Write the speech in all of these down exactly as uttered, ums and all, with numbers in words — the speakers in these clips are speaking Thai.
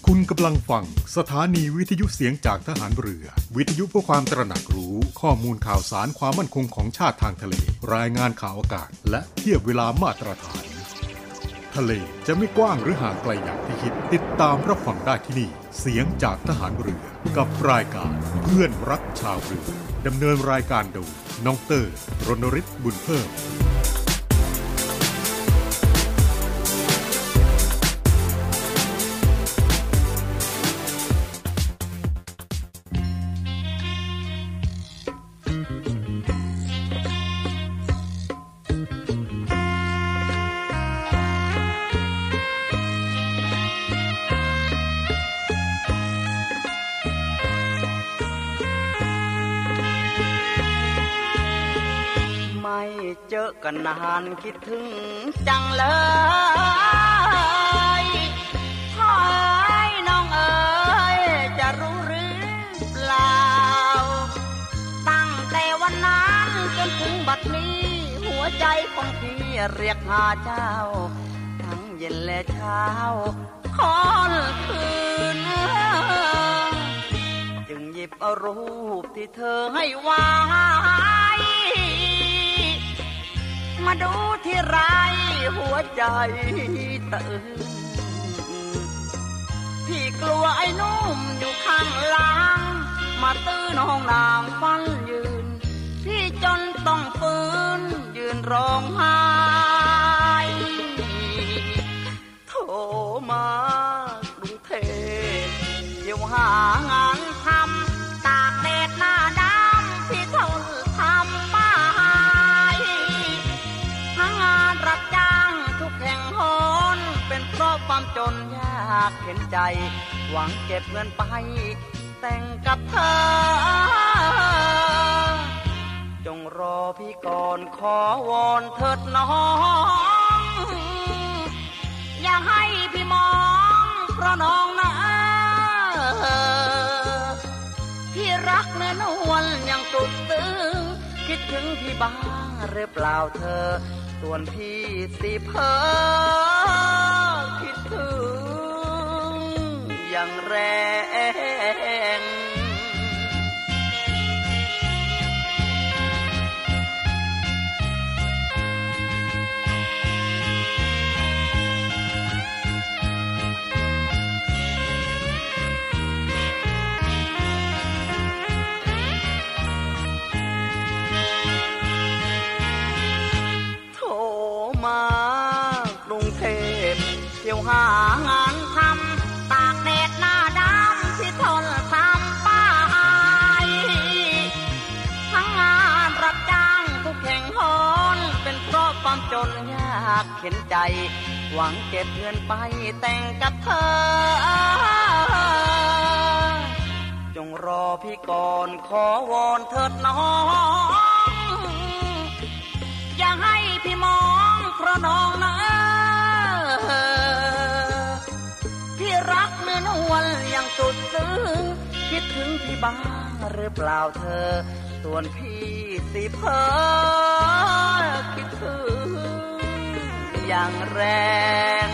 คุณกำลังฟังสถานีวิทยุเสียงจากทหารเรือวิทยุเพื่อความตระหนักรู้ข้อมูลข่าวสารความมั่นคงของชาติทางทะเลรายงานข่าวอากาศและเทียบเวลามาตรฐานทะเลจะไม่กว้างหรือห่างไกลอย่างที่คิดติดตามรับฟังได้ที่นี่เสียงจากทหารเรือกับรายการเพื่อนรักชาวเรือดำเนินรายการโดยน้องเตอร์รณฤทธิ์บุญเพิ่มเจอกันนานคิดถึงจังเลยขอให้น้องเอ๋ยจะรู้หรือเปล่าตั้งแต่วันนั้นจนถึงบัดนี้หัวใจของพี่เรียกหาเจ้าทั้งเย็นและเช้าค่ำคืนจึงหยิบเอารูปที่เธอให้ไว้มาดูที่ไรหัวใจตื่นพี่กลัวไอ้นุ่มอยู่ข้างหลังมาตื้อน้องนางฟันยืนพี่จนต้องฟื้นยืนร้องไห้โทรมากรุงเทพเดี๋ยวหางานทำตากแดดหน้าดำพี่ทนทำไม่งานรับจ้างทุกแห่งหนเป็นเพราะความจนยากเห็นใจหวังเก็บเงินไปแต่งกับเธอจงรอพี่ก่อนขอวอนเถิดน้องอย่าให้พี่มองเพราะน้องนะพี่รักเนื้อนวลอย่างสุดซึ้งคิดถึงพี่บ้างหรือเปล่าเธอส่วนพี่สิเพ้อคิดถึงอย่างแรงเที่ยวหางานทำตากแดดหน้าดำที่ทนทำป้ายทั้งงานรับจ้างทุกแห่งหนเป็นเพราะความจนยากเข็นใจหวังเก็บเงินไปแต่งกับเธอจงรอพี่ก่อนขอวอนเถิดน้องอย่าให้พี่มองเพราะน้องนะพี่รักเนื้อนวลอย่างสุดซึ้งคิดถึงพี่บ้างหรือเปล่าเธอส่วนพี่สิเพ้อคิดถึงอย่างแรง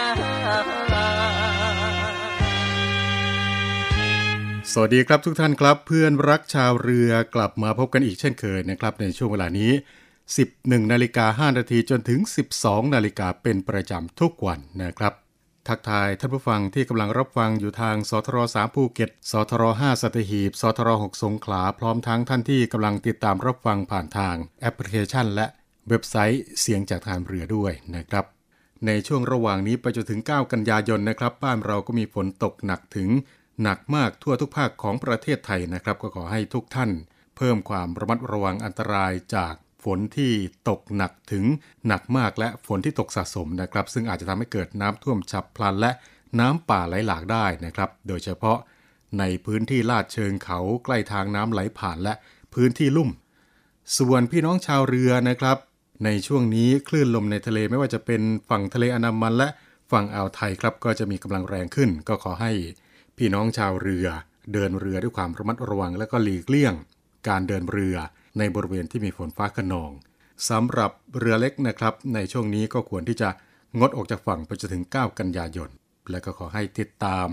สวัสดีครับทุกท่านครับเพื่อนรักชาวเรือกลับมาพบกันอีกเช่นเคยนะครับในช่วงเวลานี้ สิบเอ็ดนาฬิกาห้านาทีจนถึง สิบสองนาฬิกาเป็นประจำทุกวันนะครับทักทายท่านผู้ฟังที่กำลังรับฟังอยู่ทางสทรสามภูเก็ตสทรห้าสัตหีบสทรหกสงขลาพร้อมทั้งท่านที่กำลังติดตามรับฟังผ่านทางแอปพลิเคชันและเว็บไซต์เสียงจากทหารเรือด้วยนะครับในช่วงระหว่างนี้ไปจนถึงเก้ากันยายนนะครับบ้านเราก็มีฝนตกหนักถึงหนักมากทั่วทุกภาคของประเทศไทยนะครับก็ขอให้ทุกท่านเพิ่มความระมัดระวังอันตรายจากฝนที่ตกหนักถึงหนักมากและฝนที่ตกสะสมนะครับซึ่งอาจจะทำให้เกิดน้ำท่วมฉับพลันและน้ำป่าไหลหลากได้นะครับโดยเฉพาะในพื้นที่ลาดเชิงเขาใกล้ทางน้ำไหลผ่านและพื้นที่ลุ่มส่วนพี่น้องชาวเรือนะครับในช่วงนี้คลื่นลมในทะเลไม่ว่าจะเป็นฝั่งทะเลอันดามันและฝั่งอ่าวไทยครับก็จะมีกำลังแรงขึ้นก็ขอให้พี่น้องชาวเรือเดินเรือด้วยความระมัดระวังและก็หลีกเลี่ยงการเดินเรือในบริเวณที่มีฝนฟ้าคะนองสำหรับเรือเล็กนะครับในช่วงนี้ก็ควรที่จะงดออกจากฝั่งไปจนถึงเก้ากันยายนและก็ขอให้ติดตาม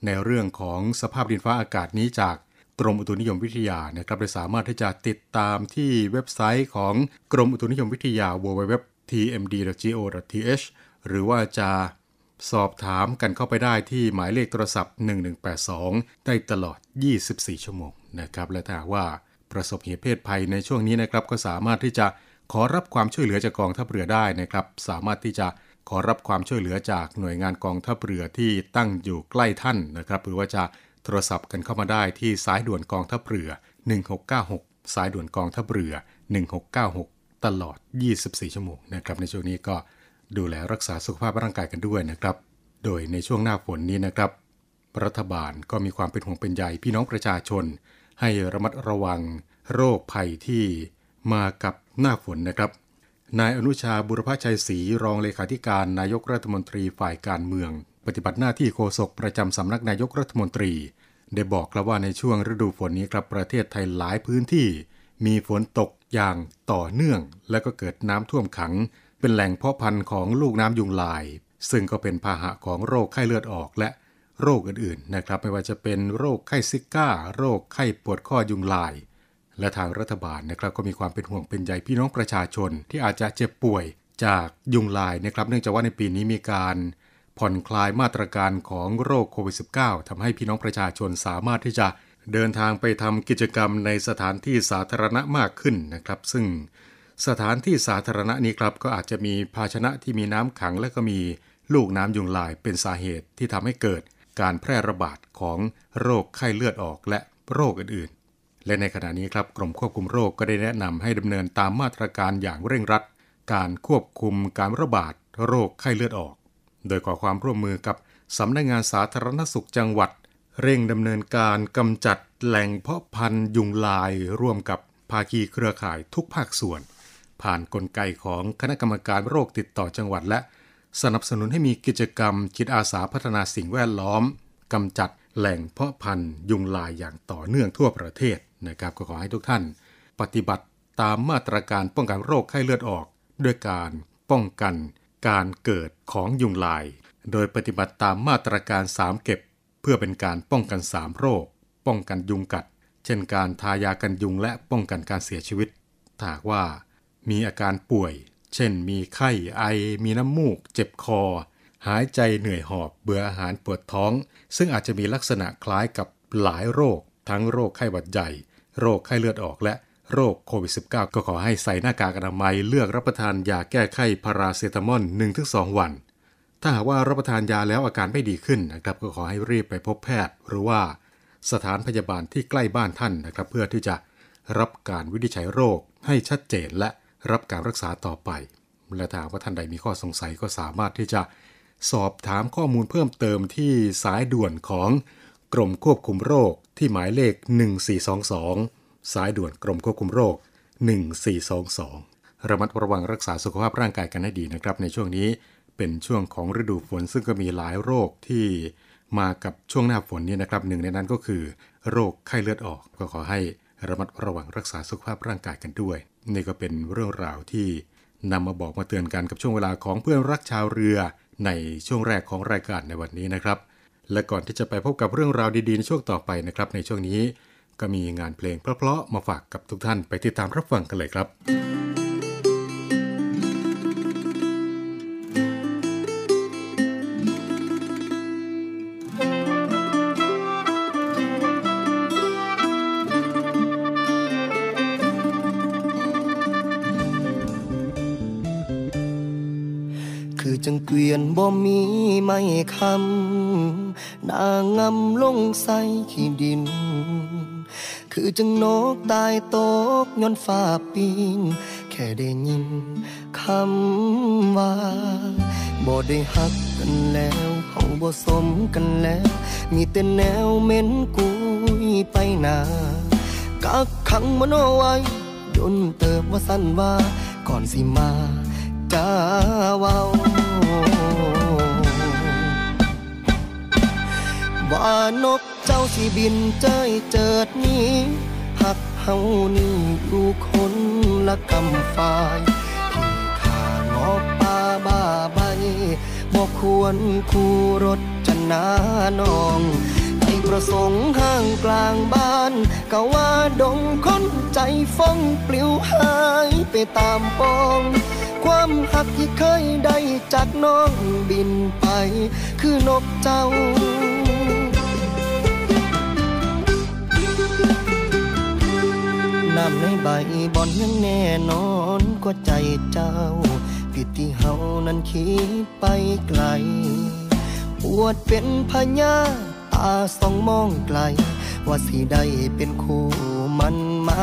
ในเรื่องของสภาพดินฟ้าอากาศนี้จากกรมอุตุนิยมวิทยานะครับโดยสามารถที่จะติดตามที่เว็บไซต์ของกรมอุตุนิยมวิทยา ดับเบิลยู ดับเบิลยู ดับเบิลยู ดอท ที เอ็ม ดี ดอท จี โอ ดอท ที เอช หรือว่าจะสอบถามกันเข้าไปได้ที่หมายเลขโทรศัพท์หนึ่งหนึ่งแปดสองได้ตลอดยี่สิบสี่ชั่วโมงนะครับและถ้าว่าประสบเหตุเพศภัยในช่วงนี้นะครับก็สามารถที่จะขอรับความช่วยเหลือจากกองทัพเรือได้นะครับสามารถที่จะขอรับความช่วยเหลือจากหน่วยงานกองทัพเรือที่ตั้งอยู่ใกล้ท่านนะครับหรือว่าจะโทรศัพท์กันเข้ามาได้ที่สายด่วนกองทัพเรือหนึ่งหกเก้าหกสายด่วนกองทัพเรือหนึ่งหกเก้าหกตลอดยี่สิบสี่ชั่วโมงนะครับในช่วงนี้ก็ดูแลรักษาสุขภาพร่างกายกันด้วยนะครับโดยในช่วงหน้าฝนนี้นะครับรัฐบาลก็มีความเป็นห่วงเป็นใยพี่น้องประชาชนให้ระมัดระวังโรคภัยที่มากับหน้าฝนนะครับนายอนุชาบุรพชัยศรีรองเลขาธิการนายกรัฐมนตรีฝ่ายการเมืองปฏิบัติหน้าที่โฆษกประจำสำนักนายกรัฐมนตรีได้บอกครับว่าในช่วงฤดูฝนนี้ครับประเทศไทยหลายพื้นที่มีฝนตกอย่างต่อเนื่องและก็เกิดน้ำท่วมขังเป็นแหล่งเพาะพันธุ์ของลูกน้ำยุงลายซึ่งก็เป็นพาหะของโรคไข้เลือดออกและโรคอื่นๆนะครับไม่ว่าจะเป็นโรคไข้ซิก้าโรคไข้ปวดข้อยุงลายและทางรัฐบาลนะครับก็มีความเป็นห่วงเป็นใยพี่น้องประชาชนที่อาจจะเจ็บป่วยจากยุงลายนะครับเนื่องจากว่าในปีนี้มีการผ่อนคลายมาตรการของโรคโควิด สิบเก้า ทำให้พี่น้องประชาชนสามารถที่จะเดินทางไปทำกิจกรรมในสถานที่สาธารณะมากขึ้นนะครับซึ่งสถานที่สาธารณะนี้ครับก็อาจจะมีภาชนะที่มีน้ำขังและก็มีลูกน้ำยุงลายเป็นสาเหตุที่ทำให้เกิดการแพร่ระบาดของโรคไข้เลือดออกและโรคอื่นๆและในขณะนี้ครับกรมควบคุมโรคก็ได้แนะนำให้ดำเนินตามมาตรการอย่างเร่งรัดการควบคุมการระบาดโรคไข้เลือดออกโดยขอความร่วมมือกับสำนักงานสาธารณสุขจังหวัดเร่งดำเนินการกำจัดแหล่งเพาะพันธุ์ยุงลายร่วมกับภาคีเครือข่ายทุกภาคส่วนผ่านกลไกของคณะกรรมการโรคติดต่อจังหวัดและสนับสนุนให้มีกิจกรรมจิตอาสาพัฒนาสิ่งแวดล้อมกำจัดแหล่งเพาะพันธุ์ยุงลายอย่างต่อเนื่องทั่วประเทศนะครับก็ขอให้ทุกท่านปฏิบัติตามมาตรการป้องกันโรคไข้เลือดออกด้วยการป้องกันการเกิดของยุงลายโดยปฏิบัติตามมาตรการสามเก็บเพื่อเป็นการป้องกันสามโรคป้องกันยุงกัดเช่นการทายากันยุงและป้องกันการเสียชีวิตถ้าหากว่ามีอาการป่วยเช่นมีไข้ไอมีน้ำมูกเจ็บคอหายใจเหนื่อยหอบเบื่ออาหารปวดท้องซึ่งอาจจะมีลักษณะคล้ายกับหลายโรคทั้งโรคไข้หวัดใหญ่โรคไข้เลือดออกและโรคโควิด สิบเก้า ก็ขอให้ใส่หน้ากากอนามัยเลือกรับประทานยาแก้ไข้พาราเซตามอล หนึ่งถึงสอง วันถ้าหากว่ารับประทานยาแล้วอาการไม่ดีขึ้นนะครับก็ขอให้รีบไปพบแพทย์หรือว่าสถานพยาบาลที่ใกล้บ้านท่านนะครับเพื่อที่จะรับการวินิจฉัยโรคให้ชัดเจนและรับการรักษาต่อไปและถ้าว่าท่านใดมีข้อสงสัยก็สามารถที่จะสอบถามข้อมูลเพิ่มเติมที่สายด่วนของกรมควบคุมโรคที่หมายเลขหนึ่งสี่สองสองสายด่วนกรมควบคุมโรคหนึ่งสี่สองสองระมัดระวังรักษาสุขภาพร่างกายกันให้ดีนะครับในช่วงนี้เป็นช่วงของฤดูฝนซึ่งก็มีหลายโรคที่มากับช่วงหน้าฝนนี้นะครับหนึ่งในนั้นก็คือโรคไข้เลือดออกก็ขอให้ระมัดระวังรักษาสุขภาพร่างกายกันด้วยนี่ก็เป็นเรื่องราวที่นำมาบอกมาเตือนกันกับช่วงเวลาของเพื่อนรักชาวเรือในช่วงแรกของรายการในวันนี้นะครับและก่อนที่จะไปพบกับเรื่องราวดีๆในช่วงต่อไปนะครับในช่วงนี้ก็มีงานเพลงเพราะๆมาฝากกับทุกท่านไปติดตามรับฟังกันเลยครับคือจังเกวียนบ่มีไม้คำนางงำลงใส่ขี้ดินคือจังนกตายตกย้อนฟ้าปิงแค่ได้ยินคำว่าบ่ได้ฮักกันแล้วเฮาบ่สมกันแล้วมีแต่แนวเหม็นกุยไปหน้ากักขังมันเอาไว้ดนเติบว่าสั่นว่าก่อนสิมาจ้าเว้าว่านกเจ้าสิบินเจ้ยเจิดนี้หักเฮานี่อยู่คนละกำฝ่ายที่ข้างอกป่าบ้าใบบ่ควรคู่รถจะนาน้องประสงค์ห้างกลางบ้านก็ว่าดงคนใจฟ้องปลิวหายไปตามปองความหักที่เคยได้จากน้องบินไปคือนกเจ้าน้ำในใบบอนยังแน่นอนกว่าใจเจ้าผิดที่เฮานั้นคิดไปไกลปวดเป็นพญาตาส่องมองไกลว่าสิได้เป็นคู่มันมา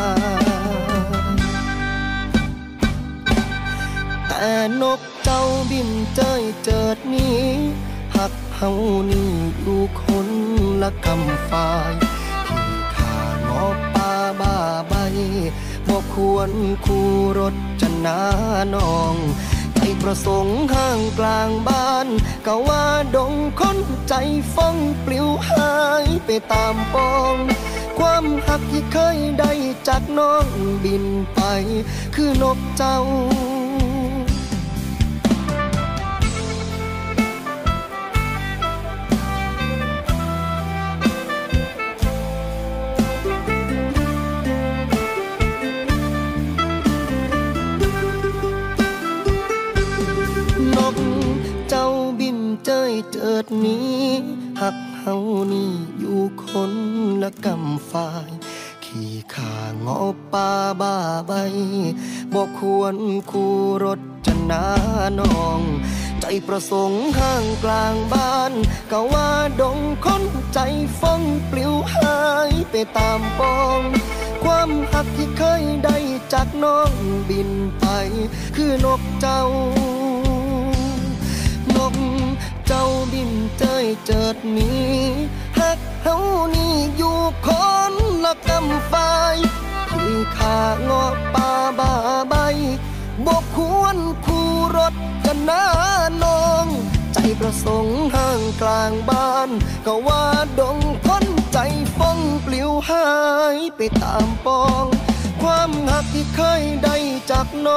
แต่นกเจ้าบินเจยเจิดนี้หักเฮานี่อยู่คนละกำฝ่ายที่ข้างอป่าบ้าใบบ่ควรคู่รถจะนาน้องใจประสงค์ห้างกลางบ้านก็ว่าดงคนใจฟ้องปลิวหายไปตามปองความหักที่เคยได้จากน้องบินไปคือนกเจ้านกเจ้าบินเจยเจิดนี้หักเฮานี่อยู่คนละกำฝ่ายขี่ข่างอป่าบ้าใบบ่ควรคู่รถจะนาน้องใจประสงค์ห้างกลางบ้านก็ว่าดงคนใจฟ้องปลิวหายไปตามปองความหักที่เคยได้จากน้องบินไปคือนกเจ้านกเจ้าบินเจยเจิดนี้หักเฮานี่อยู่คนละกำฝ่ายที่ข้างอป่าบ้าใบบ่ควรคู่รถจะนาน้องใจประสงค์ห้างกลางบ้านก็ว่าดงคนใจฟ้องปลิวหายไปตามปองความหักที่เคยได้จากน้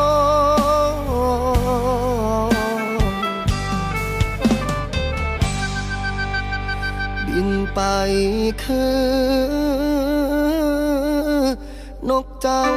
องบินไปคือนกเจ้า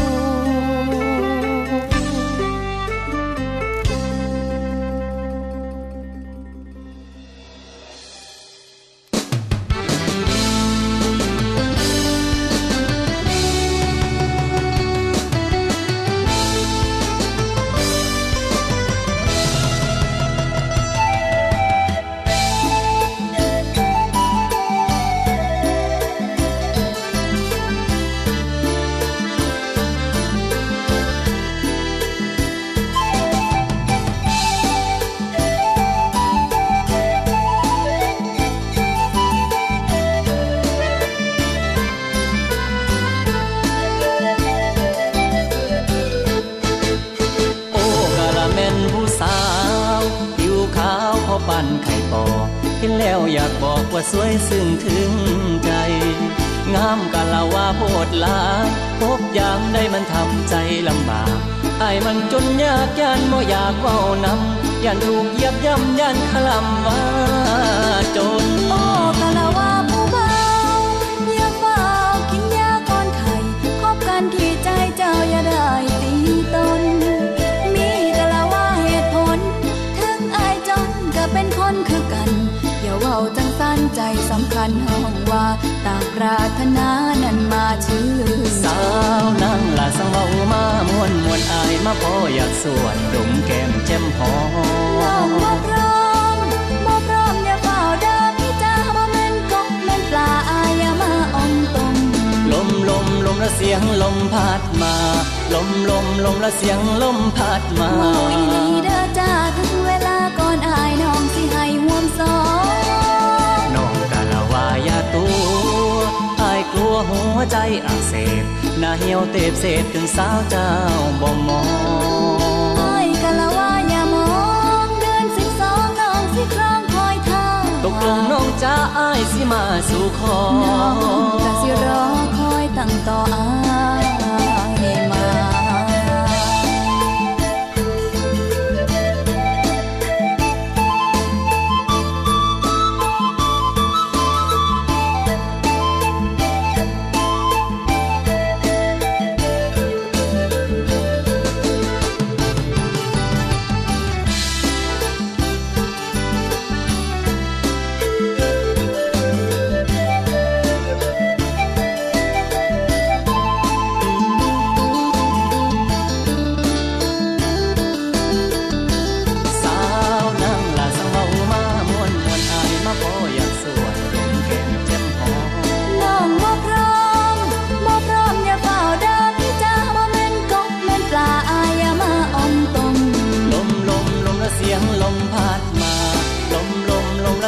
ปั่นไข่ปอเห็นแล้วอยากบอกว่าสวยซึ้งถึงใจงามกะละว่าโพดลาพบยามใดมันทำใจลำบากไอ้มันจนยากยันบ่อยากเว้านำยันถูกเหยียบย่ำยันคลำว่าจนโอ้กะละว่าผู้เบาอย่าเฝ้ากินยาก่อนไข่คบกันที่ใจเจ้าอย่าได้ตีตนมีกะละว่าเหตุผลถึงไอ้จนก็เป็นคนคือกันอย่าเว้าจังสั้นใจสำคัญห้องว่าต่างปรารถนานั้นมาชื่อสาวนั่งละสังเว้ามามวนมวนอายมาพออยากสวนดมแก้มแจ่มหอมน้องบ่พร้อมบ่พร้อมอย่าเฝ้าเดิมพี่จ้าบ่แม่นกบแม่นปลาอายอย่ามาอ่อนตมลมลมลมละเสียงลมพัดมาลมลมลมละเสียงลมพัดมาโอ้ยลีเด้อจ้าถึงเวลาก่อนอายน้องสิให้ห่วมสองน้องกะละว่าอย่าตัวอายกลัวหัวใจอักเสบหน้าเหี่ยวเตบเสพถึงสาวเจ้าบ่มองอายกะละว่าอย่ามองเดือนสิบสองน้องสิครองคอยท่าตกลงน้องจ้าอายสิมาสู่ขอน้องก็สิรอคอยตั้งต่ออายมา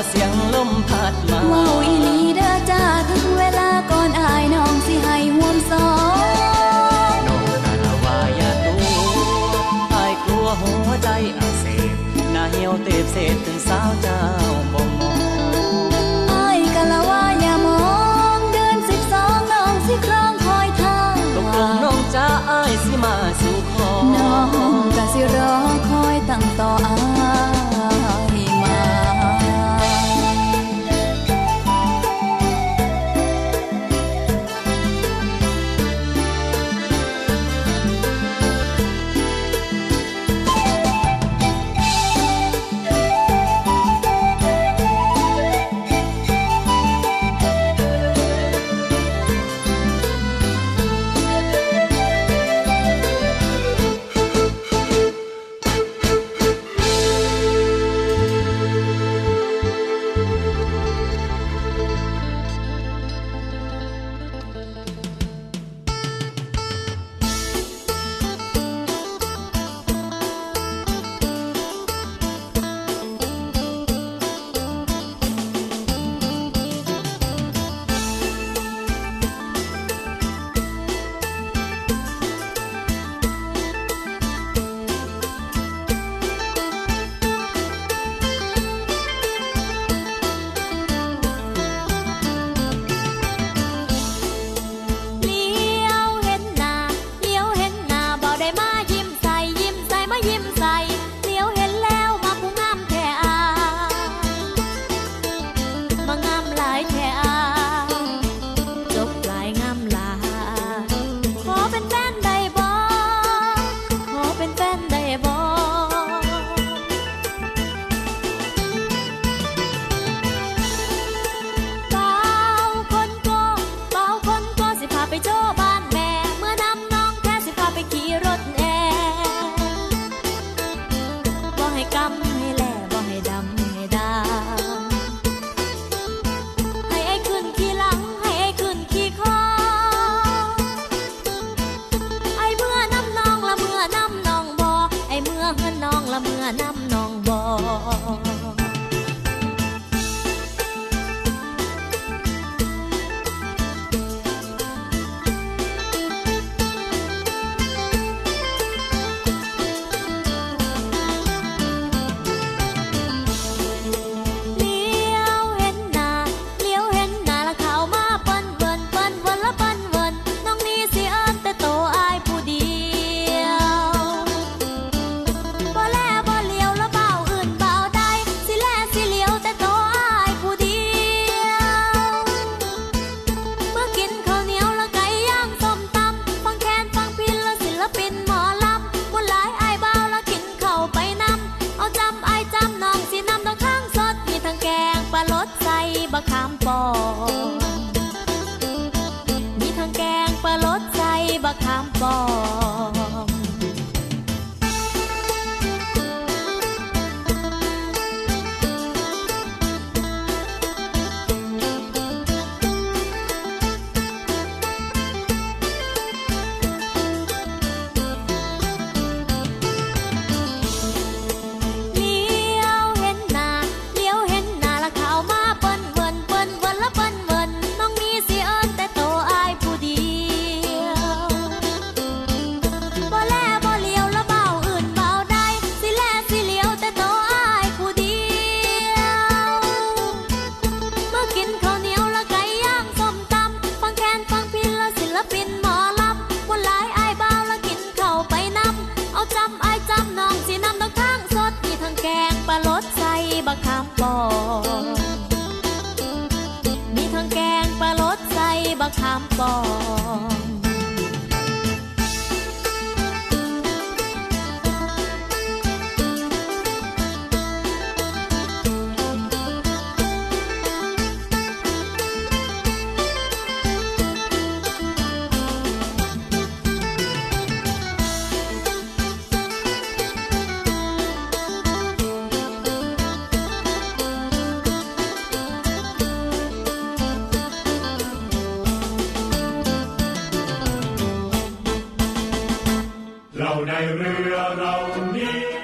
เสียงลมพัดมาเว้าอีหลีเด้อจ้าถึงเวลาก่อนอายน้องสิให้ห่วมสองน้องนาละว่าอย่าตัวอายกลัวหัวใจอักเสบหน้าเหี่ยวเตบเสพถึงสาวเจ้าบ่มองอายกะละว่าอย่ามองเดือนสิบสองน้องสิครองคอยท่าตกลงน้องจ้าอายสิมาสู่ขอน้องกะสิรอคอยตั้งต่ออายมา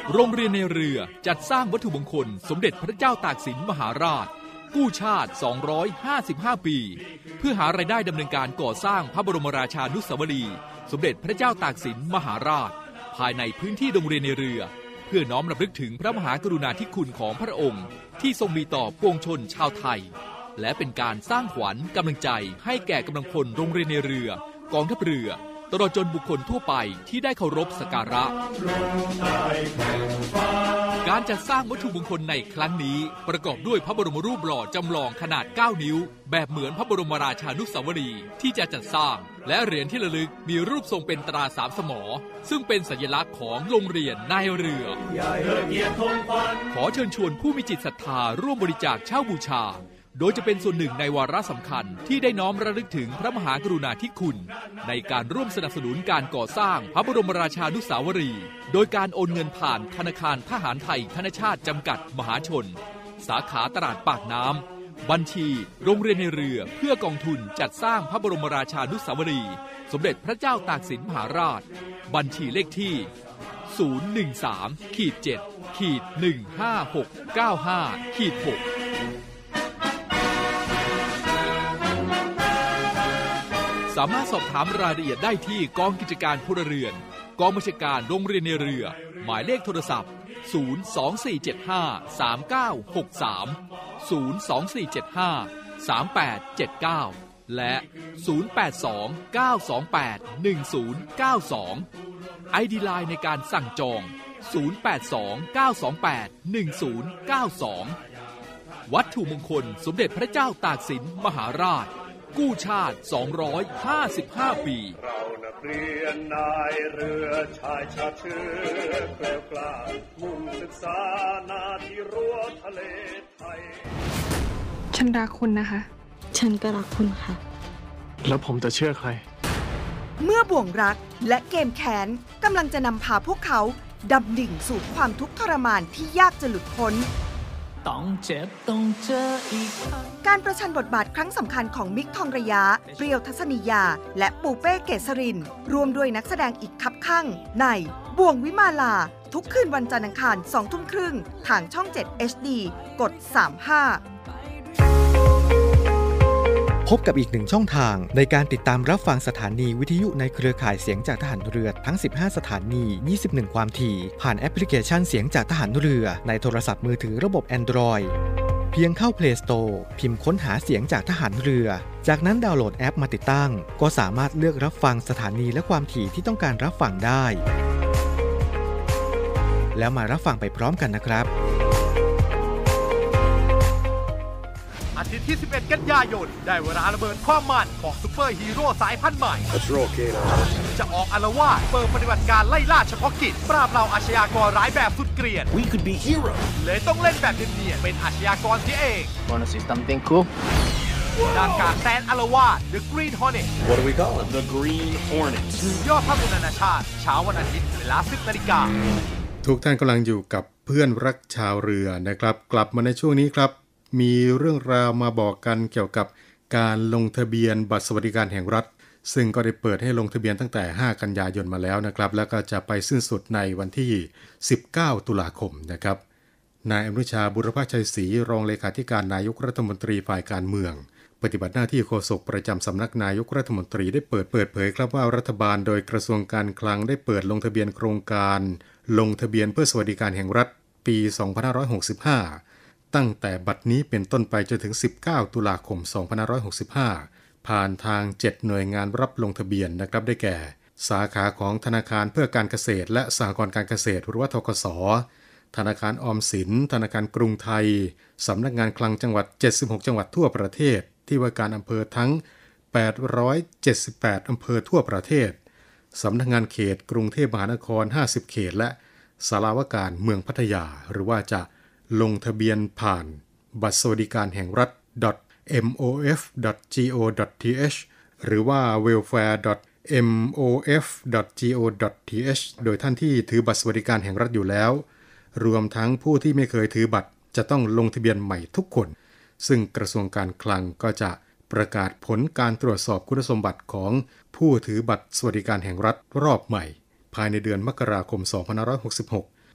โรงเรียนในเรือจัดสร้างวัตถุมงคลสมเด็จพระเจ้าตากสินมหาราชกู้ชาติสองร้อยห้าสิบห้าปีเพื่อหารายได้ดำเนินการก่อสร้างพระบรมราชานุสาวรีย์สมเด็จพระเจ้าตากสินมหาราชภายในพื้นที่โรงเรียนในเรือเพื่อน้อมรำลึกถึงพระมหากรุณาธิคุณของพระองค์ที่ทรงมีต่อปวงชนชาวไทยและเป็นการสร้างขวัญกำลังใจให้แก่กำลังพลโรงเรียนในเรือกองทัพเรือตลอดจนบุคคลทั่วไปที่ได้เคารพสักการะการจัดสร้างวัตถุมงคลในครั้งนี้ประกอบด้วยพระบรมรูปหล่อจำลองขนาดเก้านิ้วแบบเหมือนพระบรมราชานุสาวรีย์ที่จะจัดสร้างและเหรียญที่ระลึกมีรูปทรงเป็นตราสามสมอซึ่งเป็นสัญลักษณ์ของโรงเรียนนายเรือขอเชิญชวนผู้มีจิตศรัทธาร่วมบริจาคเช่าบูชาโดยจะเป็นส่วนหนึ่งในวาระสำคัญที่ได้น้อมระลึกถึงพระมหากรุณาธิคุณในการร่วมสนับสนุนการก่อสร้างพระบรมราชานุสาวรีย์โดยการโอนเงินผ่านธนาคารทหารไทยธนชาติจำกัดมหาชนสาขาตลาดปากน้ำบัญชีโรงเรียนในเรือเพื่อกองทุนจัดสร้างพระบรมราชานุสาวรีย์สมเด็จพระเจ้าตากสินมหาราชบัญชีเลขที่ ศูนย์ หนึ่ง สาม เจ็ด หนึ่ง ห้า หก เก้า ห้า หกสามารถสอบถามรายละเอียดได้ที่กองกิจการพลเรือนกองบัญชาการโรงเรียนในเรือหมายเลขโทรศัพท์ศูนย์ สอง สี่ เจ็ด ห้า สาม เก้า หก สาม ศูนย์ สอง สี่ เจ็ด ห้า สาม แปด เจ็ด เก้าและศูนย์ แปด สอง เก้า สอง แปด หนึ่ง ศูนย์ เก้า สอง ไอ ดี ไลน์ในการสั่งจองศูนย์ แปด สอง เก้า สอง แปด หนึ่ง ศูนย์ เก้า สองวัตถุมงคลสมเด็จพระเจ้าตากสินมหาราชกู้ชาติสองร้อยห้าสิบห้าปีเรานักเรียนนายเรือชายชาติเชื้อแกล้วกล้ามุ่งศึกษานาที่รั้วทะเลไทยฉันรักคุณนะคะฉันก็รักคุณค่ะแล้วผมจะเชื่อใครเมื่อบ่วงรักและเกมแค้นกำลังจะนำพาพวกเขาดำดิ่งสู่ความทุกข์ทรมานที่ยากจะหลุดพ้นต้องเจ็บต้องเจออีกการประชันบทบาทครั้งสำคัญของมิกทองระยะเปรียวทัศนียาและปูเป้เกษรินรวมด้วยนักแสดงอีกคับข้างในบ่วงวิมาลาทุกคืนวันจันทร์อังคาร สองทุ่มครึ่งทางช่อง เจ็ด เอช ดี กด สามสิบห้าพบกับอีกหนึ่งช่องทางในการติดตามรับฟังสถานีวิทยุในเครือข่ายเสียงจากทหารเรือทั้งสิบห้าสถานียี่สิบเอ็ดความถี่ผ่านแอปพลิเคชันเสียงจากทหารเรือในโทรศัพท์มือถือระบบ Android เพียงเข้า Play Store พิมพ์ค้นหาเสียงจากทหารเรือจากนั้นดาวน์โหลดแอปมาติดตั้งก็สามารถเลือกรับฟังสถานีและความถี่ที่ต้องการรับฟังได้แล้วมารับฟังไปพร้อมกันนะครับอาทิตย์ที่สิบเอ็ดกันยายนได้เวลาระเบิดความมันของซุปเปอร์ฮีโร่สายพันธุ์ใหม่จะออกอาละวาดเปิดปฏิบัติการไล่ล่าเฉพาะกิจปราบเหล่าอาชญากรร้ายแบบสุดเกรียน We could be heroes เลยต้องเล่นแบบเนียนๆเป็นอาชญากรเสียเอง Wanna see something cool ด้านการแซนอาละวาด The Green Hornet What do we call it The Green Hornet ยอดภาพยนตร์นานาชาติเช้าวันอาทิตย์เวลา สิบนาฬิกาทุกท่านกำลังอยู่กับเพื่อนรักชาวเรือนะครับกลับมาในช่วงนี้ครับมีเรื่องราวมาบอกกันเกี่ยวกับการลงทะเบียนบัตรสวัสดิการแห่งรัฐซึ่งก็ได้เปิดให้ลงทะเบียนตั้งแต่ห้ากันยายนมาแล้วนะครับแล้วก็จะไปสิ้นสุดในวันที่สิบเก้าตุลาคมนะครับนายอนุชาบุรพชัยศรีรองเลขาธิการนายกรัฐมนตรีฝ่ายการเมืองปฏิบัติหน้าที่โฆษกประจำสำนักนายกรัฐมนตรีได้เปิดเปิดเผยครับว่ารัฐบาลโดยกระทรวงการคลังได้เปิดลงทะเบียนโครงการลงทะเบียนเพื่อสวัสดิการแห่งรัฐปีสองพันห้าร้อยหกสิบห้าตั้งแต่บัดนี้เป็นต้นไปจนถึงสิบเก้าตุลาคมสองพันห้าร้อยหกสิบห้าผ่านทางเจ็ดหน่วยงานรับลงทะเบียนนะครับได้แก่สาขาของธนาคารเพื่อการเกษตรและสหกรณ์การเกษตรหรือว่าธกส.ธนาคารออมสินธนาคารกรุงไทยสำนักงานคลังจังหวัดเจ็ดสิบหกจังหวัดทั่วประเทศที่ว่าการอำเภอทั้งแปดร้อยเจ็ดสิบแปดอำเภอทั่วประเทศสำนักงานเขตกรุงเทพมหานครห้าสิบเขตและศาลาว่าการเมืองพัทยาหรือว่าจะลงทะเบียนผ่านบัตรสวัสดิการแห่งรัฐ เอ็ม โอ เอฟ ดอท จี โอ ดอท ที เอช หรือว่า เวลแฟร์ ดอท เอ็ม โอ เอฟ ดอท จี โอ ดอท ที เอช โดยท่านที่ถือบัตรสวัสดิการแห่งรัฐอยู่แล้วรวมทั้งผู้ที่ไม่เคยถือบัตรจะต้องลงทะเบียนใหม่ทุกคนซึ่งกระทรวงการคลังก็จะประกาศผลการตรวจสอบคุณสมบัติของผู้ถือบัตรสวัสดิการแห่งรัฐรอบใหม่ภายในเดือนมกราคมสองพันห้าร้อยหกสิบหก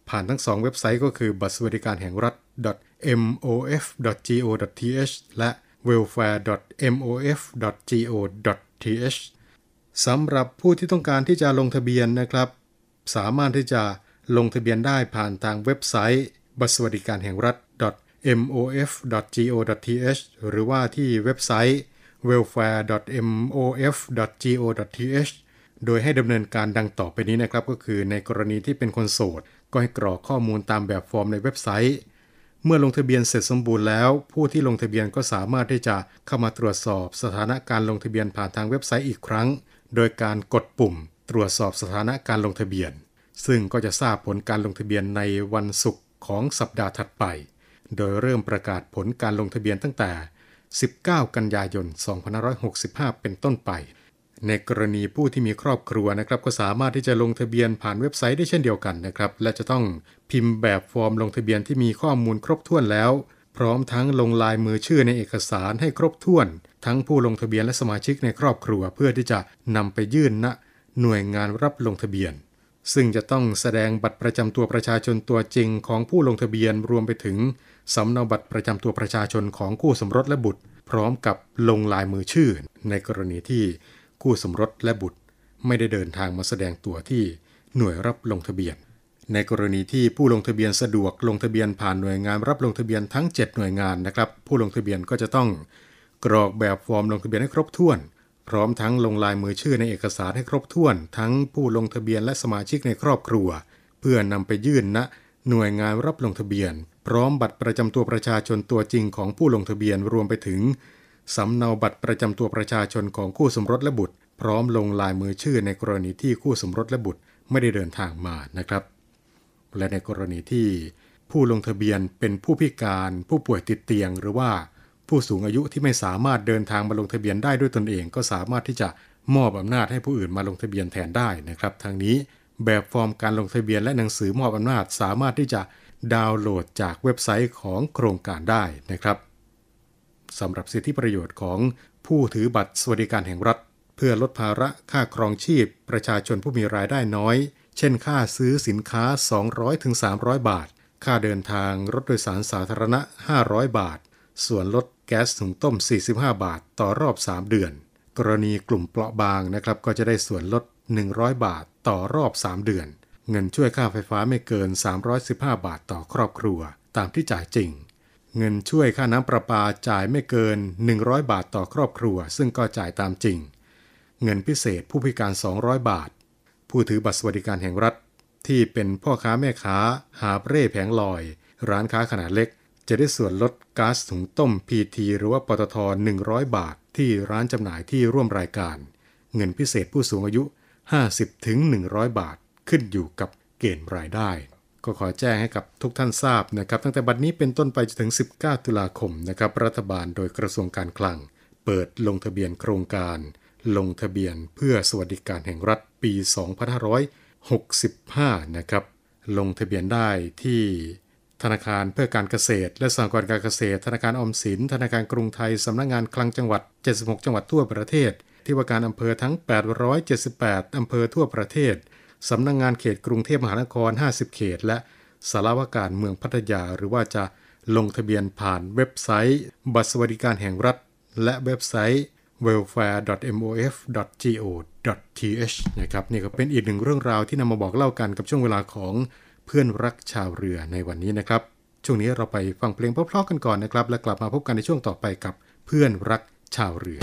ผ่านทั้งสองเว็บไซต์ก็คือบัตรสวัสดิการแห่งรัฐ เอ็ม โอ เอฟ ดอท จี โอ ดอท ที เอช และ เวลแฟร์ ดอท เอ็ม โอ เอฟ ดอท จี โอ ดอท ที เอช สำหรับผู้ที่ต้องการที่จะลงทะเบียนนะครับสามารถที่จะลงทะเบียนได้ผ่านทางเว็บไซต์บัตรสวัสดิการแห่งรัฐ เอ็ม โอ เอฟ ดอท จี โอ ดอท ที เอช หรือว่าที่เว็บไซต์ เวลแฟร์ ดอท เอ็ม โอ เอฟ ดอท จี โอ ดอท ที เอช โดยให้ดำเนินการดังต่อไปนี้นะครับก็คือในกรณีที่เป็นคนโสดก็ให้กรอกข้อมูลตามแบบฟอร์มในเว็บไซต์เมื่อลงทะเบียนเสร็จสมบูรณ์แล้วผู้ที่ลงทะเบียนก็สามารถที่จะเข้ามาตรวจสอบสถานะการลงทะเบียนผ่านทางเว็บไซต์อีกครั้งโดยการกดปุ่มตรวจสอบสถานะการลงทะเบียนซึ่งก็จะทราบผลการลงทะเบียนในวันศุกร์ของสัปดาห์ถัดไปโดยเริ่มประกาศผลการลงทะเบียนตั้งแต่สิบเก้ากันยายนสองพันห้าร้อยหกสิบห้าเป็นต้นไปในกรณีผู้ที่มีครอบครัวนะครับก็สามารถที่จะลงทะเบียนผ่านเว็บไซต์ได้เช่นเดียวกันนะครับและจะต้องพิมพ์แบบฟอร์มลงทะเบียนที่มีข้อมูลครบถ้วนแล้วพร้อมทั้งลงลายมือชื่อในเอกสารให้ครบถ้วนทั้งผู้ลงทะเบียนและสมาชิกในครอบครัวเพื่อที่จะนำไปยื่นณหน่วยงานรับลงทะเบียนซึ่งจะต้องแสดงบัตรประจำตัวประชาชนตัวจริงของผู้ลงทะเบียนรวมไปถึงสำเนาบัตรประจำตัวประชาชนของคู่สมรสและบุตรพร้อมกับลงลายมือชื่อในกรณีที่คู่สมรสและบุตรไม่ได้เดินทางมาแสดงตัวที่หน่วยรับลงทะเบียนในกรณีที่ผู้ลงทะเบียนสะดวกลงทะเบียนผ่านหน่วยงานรับลงทะเบียนทั้งเจ็ดหน่วยงานนะครับผู้ลงทะเบียนก็จะต้องกรอกแบบฟอร์มลงทะเบียนให้ครบถ้วนพร้อมทั้งลงลายมือชื่อในเอกสารให้ครบถ้วนทั้งผู้ลงทะเบียนและสมาชิกในครอบครัวเพื่อนำไปยื่นณหน่วยงานรับลงทะเบียนพร้อมบัตรประจำตัวประชาชนตัวจริงของผู้ลงทะเบียนรวมไปถึงสำเนาบัตรประจำตัวประชาชนของคู่สมรสและบุตรพร้อมลงลายมือชื่อในกรณีที่คู่สมรสและบุตรไม่ได้เดินทางมานะครับและในกรณีที่ผู้ลงทะเบียนเป็นผู้พิการผู้ป่วยติดเตียงหรือว่าผู้สูงอายุที่ไม่สามารถเดินทางมาลงทะเบียนได้ด้วยตนเองก็สามารถที่จะมอบอำนาจให้ผู้อื่นมาลงทะเบียนแทนได้นะครับทั้งนี้แบบฟอร์มการลงทะเบียนและหนังสือมอบอำนาจสามารถที่จะดาวน์โหลดจากเว็บไซต์ของโครงการได้นะครับสำหรับสิทธิประโยชน์ของผู้ถือบัตรสวัสดิการแห่งรัฐเพื่อลดภาระค่าครองชีพประชาชนผู้มีรายได้น้อยเช่นค่าซื้อสินค้า สองร้อยถึงสามร้อย บาทค่าเดินทางรถโดยสารสาธารณะห้าร้อยบาทส่วนลดแก๊สถุงต้มสี่สิบห้าบาทต่อรอบสามเดือนกรณีกลุ่มเปราะบางนะครับก็จะได้ส่วนลดหนึ่งร้อยบาทต่อรอบสามเดือนเงินช่วยค่าไฟฟ้าไม่เกินสามร้อยสิบห้าบาทต่อครอบครัวตามที่จ่ายจริงเงินช่วยค่าน้ำประปาจ่ายไม่เกินหนึ่งร้อยบาทต่อครอบครัวซึ่งก็จ่ายตามจริงเงินพิเศษผู้พิการสองร้อยบาทผู้ถือบัตรสวัสดิการแห่งรัฐที่เป็นพ่อค้าแม่ค้าหาบเร่แผงลอยร้านค้าขนาดเล็กจะได้ส่วนลดก๊าซถุงต้ม พี ที หรือว่าปตท. หนึ่งร้อยบาทที่ร้านจำหน่ายที่ร่วมรายการเงินพิเศษผู้สูงอายุห้าสิบถึงหนึ่งร้อยบาทขึ้นอยู่กับเกณฑ์รายได้ก็ขอแจ้งให้กับทุกท่านทราบนะครับตั้งแต่บัดนี้เป็นต้นไปจนถึงสิบเก้าตุลาคมนะครับรัฐบาลโดยกระทรวงการคลังเปิดลงทะเบียนโครงการลงทะเบียนเพื่อสวัสดิการแห่งรัฐปีสองพันห้าร้อยหกสิบห้านะครับลงทะเบียนได้ที่ธนาคารเพื่อการเกษตรและสหกรณ์การเกษตรธนาคารออมสินธนาคารกรุงไทยสำนักงานคลังจังหวัดเจ็ดสิบหกจังหวัดทั่วประเทศที่ว่าการอำเภอทั้งแปดร้อยเจ็ดสิบแปดอำเภอทั่วประเทศสำนักงานเขตกรุงเทพมหานครห้าสิบเขตและสารวการเมืองพัทยาหรือว่าจะลงทะเบียนผ่านเว็บไซต์บัตรสวัสดิการแห่งรัฐและเว็บไซต์ เวลแฟร์ ดอท เอ็ม โอ เอฟ ดอท จี โอ ดอท ที เอช นะครับนี่ก็เป็นอีกหนึ่งเรื่องราวที่นำมาบอกเล่ากันกับช่วงเวลาของเพื่อนรักชาวเรือในวันนี้นะครับช่วงนี้เราไปฟังเพลงเพราะๆกันก่อนนะครับแล้วกลับมาพบกันในช่วงต่อไปกับเพื่อนรักชาวเรือ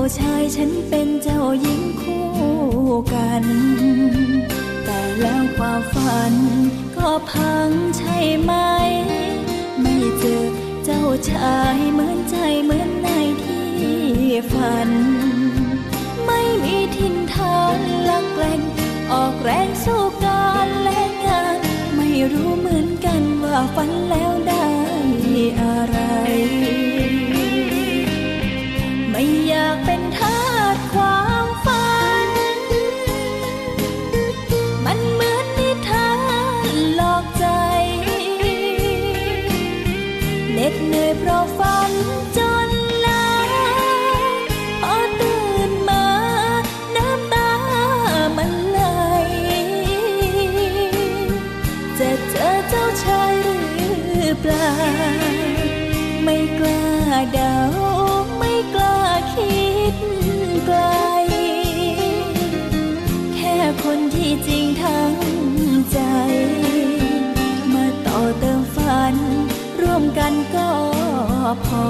ชายฉันเป็นเจ้าหญิงคู่กันแต่แล้วความฝันก็พังใช่ไหมไม่เจอเจ้าชายเหมือนใจเหมือนในที่ฝันไม่มีทินทานลักแหล่งออกแรงสู้การและงานไม่รู้เหมือนกันว่าฝันแล้วได้อะไรไม่อยากเป็นทาสความฝันมันเหมือนนิทานหลอกใจเหน็ดเหนื่อยเพราะฝันจนล้าพอตื่นมาน้ำตามันไหลจะเจอเจ้าชายหรือเปล่าไม่กล้าเดาไม่กล้าคิดไกลแค่คนที่จริงทั้งใจมาต่อเติมฝันร่วมกันก็พอ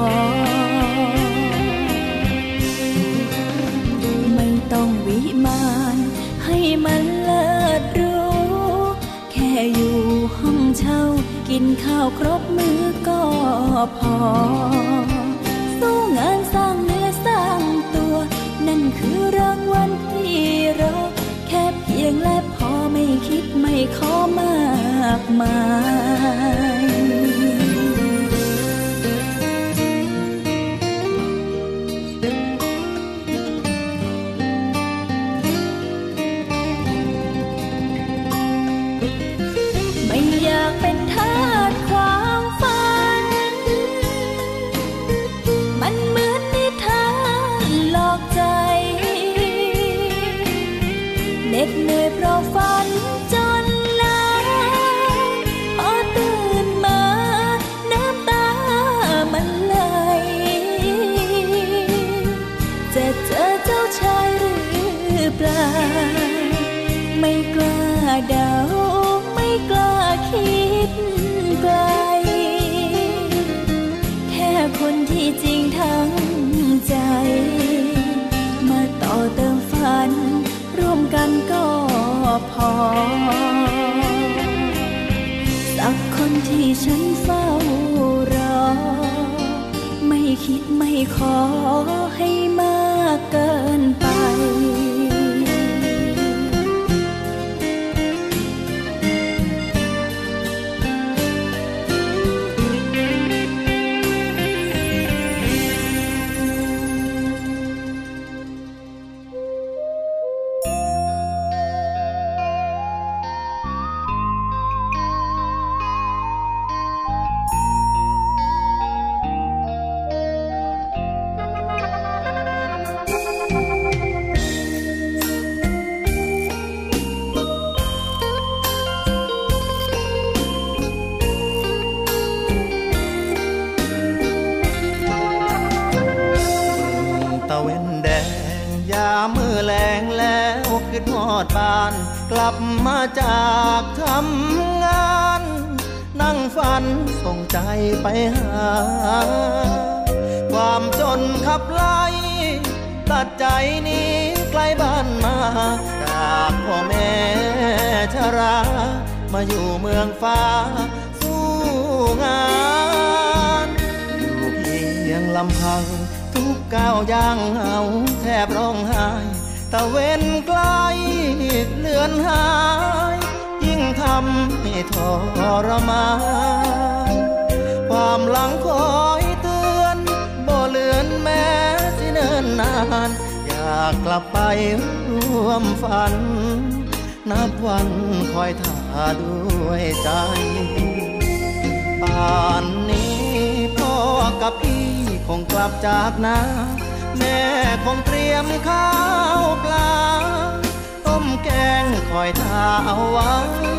ไม่ต้องวิมานให้มันเลิศหรูแค่อยู่ห้องเช่ากินข้าวครบมื้อก็พอสู้งานสร้างเนื้อสร้างตัวนั่นคือรางวัลที่รอแค่เพียงและพอไม่คิดไม่ขอมากมายไม่อยากเป็นทาสความฝันมันเหมือนนิทานหลอกใจเหน็ดเหนื่อยเพราะฝันจนล้าพอตื่นมาน้ำตามันไหลจะเจอเจ้าชายหรือเปล่าไม่กล้าเดาไม่กล้าคิดไกลแค่คนที่จริงทั้งใจมาต่อเติมฝันร่วมกันก็พอสักคนที่ฉันเฝ้ารอไม่คิดไม่ขอให้มากเกินไปฮอดบ้านกลับมาจากทำงานนั่งฝันส่งใจไปหาความจนขับไล่ตัดใจหนีไกลบ้านมาจากพ่อแม่ชรามาอยู่เมืองฟ้าสู้งานอยู่เพียงลำพังทุกก้าวย่างเหาแทบร้องไห้ตะเว้นไกลเลือนหายยิ่งทำให้ทรมานความหลังคอยเตือนบ่เลือนแม้สิเนิ่นนานอยากกลับไปร่วมฝันนับวันคอยท่าด้วยใจป่านนี้พ่อกับพี่คงกลับจากนาแม่คงเตรียมข้าวปลาต้มแกงคอยท่าเอาไว้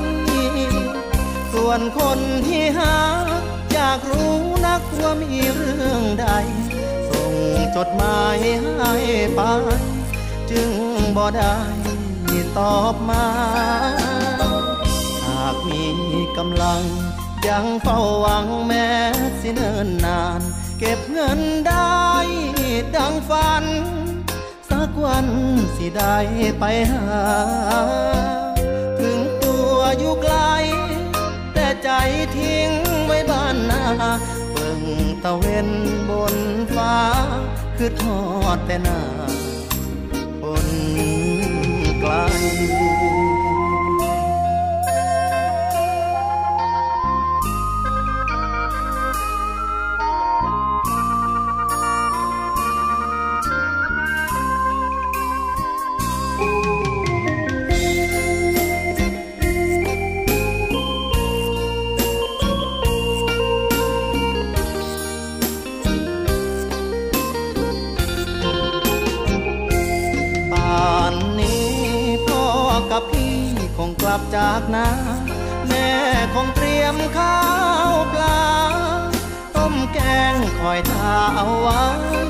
ส่วนคนที่หาอยากรู้นักว่ามีเรื่องใดส่งจดหมายให้ไปจึงบ่ได้ตอบมาหากมีกำลังยังเฝ้าหวังแม้สิเนิ่นนานเก็บเงินได้ดังฝันวันสิได้ไปหาถึงตัวอยู่ไกลแต่ใจทิ้งไว้บ้านนาเบิ่งตะเวนบนฟ้าคือทอดแต่หน้าคนไกลกับพี่คงกลับจากนาแม่คงเตรียมข้าวปลาต้มแกงคอยท่าเอาไว้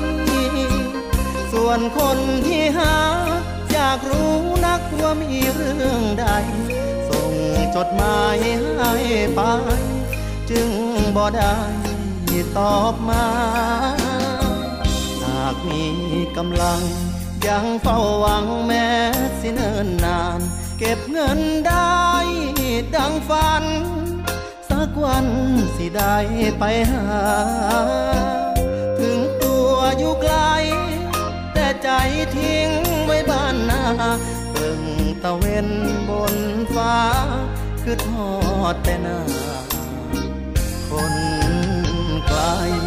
ส่วนคนที่หาอยากรู้นักว่ามีเรื่องใดส่งจดหมายให้ไปจึงบ่ได้ตอบมาหากมีกำลังยังเฝ้าหวังแม้สิเนิ่นนานเก็บเงินได้ดังฝันสักวันสิได้ไปหาถึงตัวอยู่ไกลแต่ใจทิ้งไว้บ้านนาเบิ่งตะเวนบนฟ้าคือทอดแต่หน้าคนไกล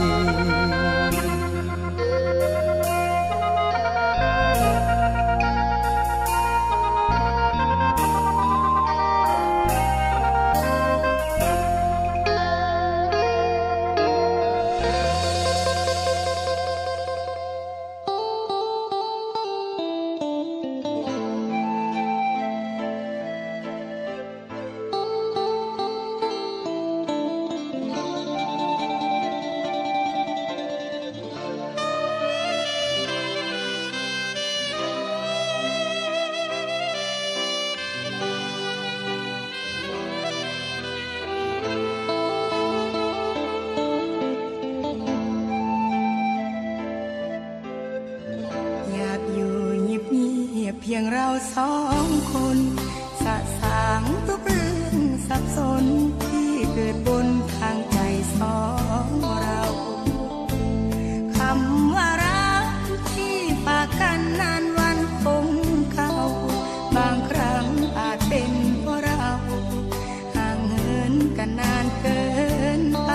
เพียงเราสองคนสะสางทุกเรื่องสับสนที่เกิดบนทางใจสองเราคำว่ารักที่ฝากกันนานวันคงเก่าบางครั้งอาจเป็นเพราะเราห่างเหินกันนานเกินไป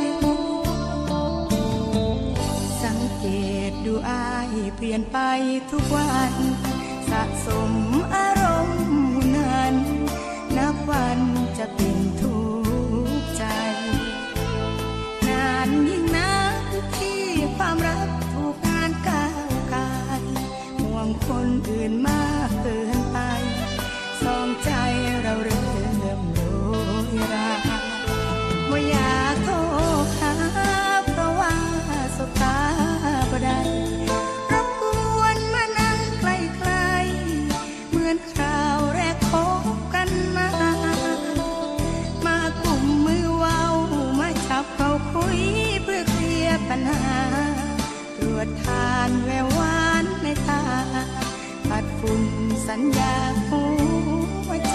สังเกตดูอายเปลี่ยนไปทุกวันสะสมอารมณ์นั้นนับวันจะเป็นทุกข์ใจนานยิ่งนักที่ความรักถูกงานก้าวกายห่วงคนอื่นมากเกินไปสองใจเราเริ่มโรยราไม่อยากโทรหาเพราะว่าสบตาบ่ได้คราวแรกพบกันมามากลุ่มมือเว้ามาจับเขาคุยเพื่อเคลียร์ปัญหาตรวจทานแววหวานในตาปัดฝุ่นสัญญาหัวใจ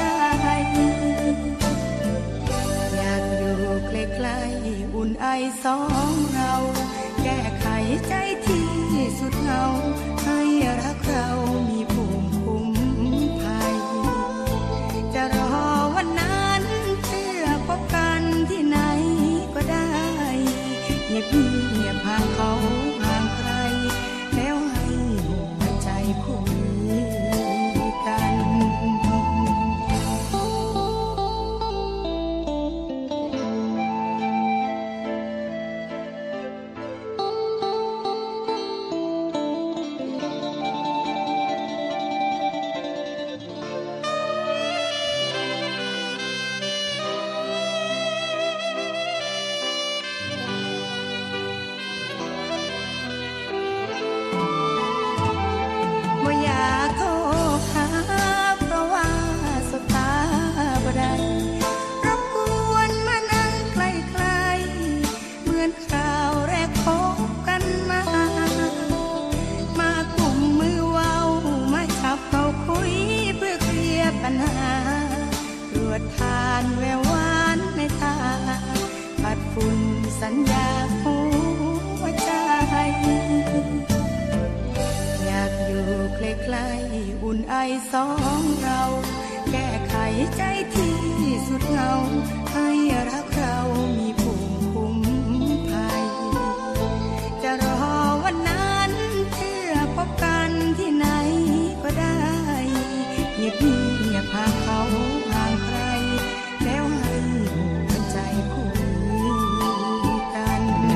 อยากอยู่ใกล้ๆอุ่นไอสองเราแก้ไขใจที่สุดเหงาให้รักเรามีภูมิคุ้มจะรอวันนั้นเพื่อพบกันที่ไหนก็ได้เงียบเงียบห่างเขาห่างใครแล้วให้หัวใจคุยกันเานแวววานในตาปัดฝุ่นสัญญาหัวใจอยากอยู่ใกล้ๆอุ่นไอสองเราแก้ไขใจที่สุดเหงาให้รักเรามีภูมิคุ้มภัยจะรอวันนั้นเพื่อพบกันที่ไหนก็ได้เงียบเงียบพาเขาห่างไกลแล้วให้หัวใจคุยกัน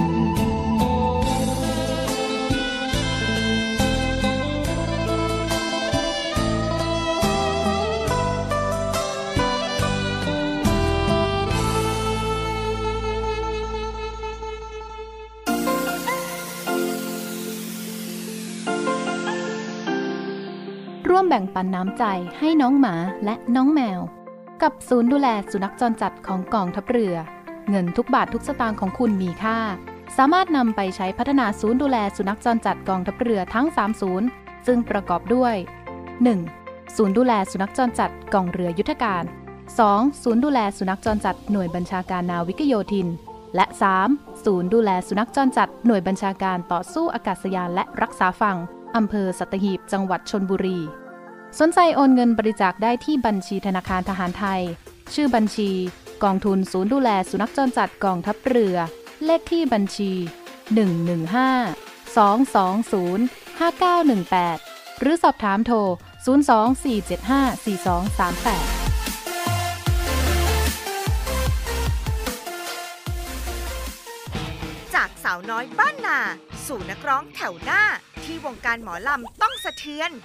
ร่วมแบ่งปันน้ำใจให้น้องหมาและน้องแมวกับศูนย์ดูแลสุนัขจรจัดของกองทัพเรือเงินทุกบาททุกสตางค์ของคุณมีค่าสามารถนำไปใช้พัฒนาศูนย์ดูแลสุนัขจรจัดกองทัพเรือทั้งสามศูนย์ซึ่งประกอบด้วย หนึ่ง. ศูนย์ดูแลสุนัขจรจัดกองเรือยุทธการ สอง. ศูนย์ดูแลสุนัขจรจัดหน่วยบัญชาการนาวิกโยธินและ สาม. ศูนย์ดูแลสุนัขจรจัดหน่วยบัญชาการต่อสู้อากาศยานและรักษาฝั่งอำเภอสัตหีบจังหวัดชลบุรีสนใจโอนเงินบริจาคได้ที่บัญชีธนาคารทหารไทยชื่อบัญชีกองทุนศูนย์ดูแลสุนัขจรจัดกองทัพเรือเลขที่บัญชีหนึ่ง หนึ่ง ห้า สอง สอง ศูนย์ ห้า เก้า หนึ่ง แปดหรือสอบถามโทรศูนย์ สอง สี่ เจ็ด ห้า สี่ สอง สาม แปดจากสาวน้อยบ้านนาสู่นักร้องแถวหน้าที่วงการหมอลำต้องสะเทือน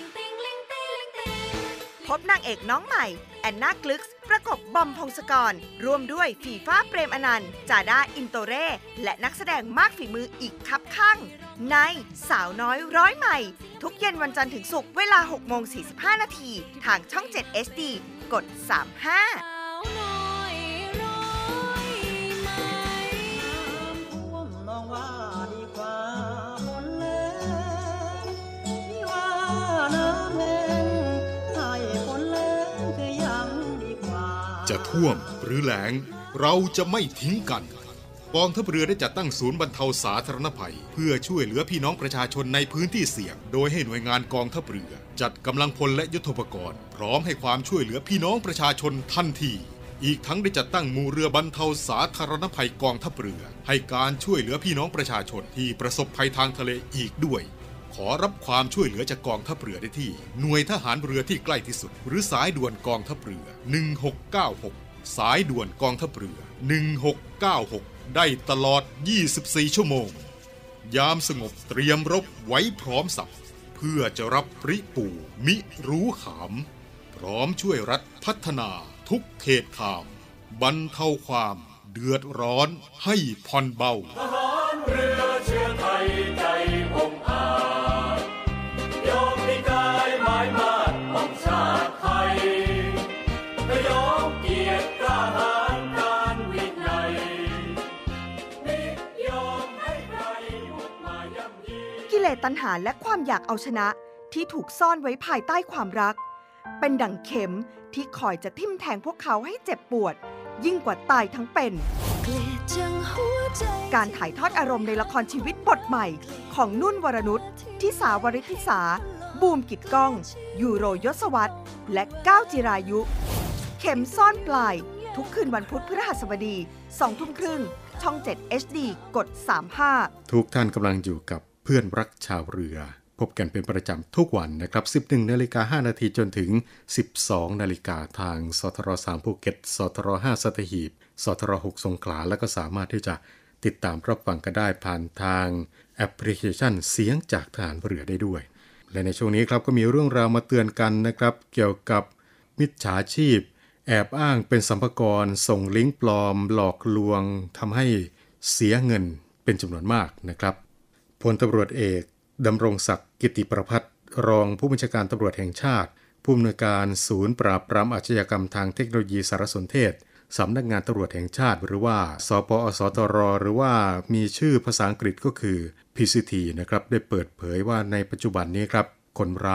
พบนางเอกน้องใหม่แอนนากลึกซ์ประกบบอมพงศกรร่วมด้วยฝีฟ้าเปรมอนันต์จาด้าอินโตเร่และนักแสดงมากฝีมืออีกคับข้างในสาวน้อยร้อยใหม่ทุกเย็นวันจันทร์ถึงศุกร์เวลา หกโมงสี่สิบห้า นาทีทางช่อง เจ็ด เอช ดี กด สามสิบห้าจะท่วมหรือแล้งเราจะไม่ทิ้งกันกองทัพเรือได้จัดตั้งศูนย์บรรเทาสาธารณภัยเพื่อช่วยเหลือพี่น้องประชาชนในพื้นที่เสี่ยงโดยให้หน่วยงานกองทัพเรือจัดกำลังพลและยุทโธปกรณ์พร้อมให้ความช่วยเหลือพี่น้องประชาชนทันทีอีกทั้งได้จัดตั้งหมู่เรือบรรเทาสาธารณภัยกองทัพเรือให้การช่วยเหลือพี่น้องประชาชนที่ประสบภัยทางทะเลอีกด้วยขอรับความช่วยเหลือจากกองทัพเรือได้ที่หน่วยทหารเรือที่ใกล้ที่สุดหรือสายด่วนกองทัพเรือหนึ่งหกเก้าหกสายด่วนกองทัพเรือหนึ่งหกเก้าหกได้ตลอดยี่สิบสี่ชั่วโมงยามสงบเตรียมรบไว้พร้อมสับเพื่อจะรับปริปู่มิรู้ขามพร้อมช่วยรัฐพัฒนาทุกเขตขามบรรเทาความเดือดร้อนให้ผ่อนเบาทหารเรือเชื้อไทยใจองอาจยอมมีกายหมายมาดของชาติไทยและยอมเกียรติกล้าหาญการวินัยนิยอมให้ใครบุกมาย่ำยีกิเลสตัณหาและความอยากเอาชนะที่ถูกซ่อนไว้ภายใต้ความรักเป็นดั่งเข็มที่คอยจะทิ่มแทงพวกเขาให้เจ็บปวดยิ่งกว่าตายทั้งเป็นการถ่ายทอดอารมณ์ในละครชีวิตบทใหม่ของนุ่นวรนุชทิสาวริธิสาบูมกิจก้องยูโรยศวรรษและก้าวจิรายุเข็มซ่อนปลายทุกคืนวันพุธพฤหัสบดีสองทุ่มครึ่งช่อง เจ็ด เอช ดี กด สามสิบห้าทุกท่านกำลังอยู่กับเพื่อนรักชาวเรือพบกันเป็นประจำทุกวันนะครับ สิบเอ็ดนาฬิกาห้านาทีจนถึง สิบสองนาฬิกาทางสทรสามภูเก็ตสทรห้าสัตหีบสทรหกสงขลาแล้วก็สามารถที่จะติดตามรับฟังกันได้ผ่านทางแอปพลิเคชันเสียงจากทหารเรือได้ด้วยและในช่วงนี้ครับก็มีเรื่องราวมาเตือนกันนะครับเกี่ยวกับมิจฉาชีพแอบอ้างเป็นสรรพากรส่งลิงก์ปลอมหลอกลวงทำให้เสียเงินเป็นจำนวนมากนะครับพลตำรวจเอกดำรงศักดิ์กิติประภัสรองผู้บัญชาการตำรวจแห่งชาติผู้อำนวยการศูนย์ปราบปรามอาชญากรรมทางเทคโนโลยีสารสนเทศสำนักงานตำรวจแห่งชาติหรือว่าสปอสตรหรือว่ามีชื่อภาษาอังกฤษก็คือ พี ซี ที นะครับได้เปิดเผยว่าในปัจจุบันนี้ครับคนร้าย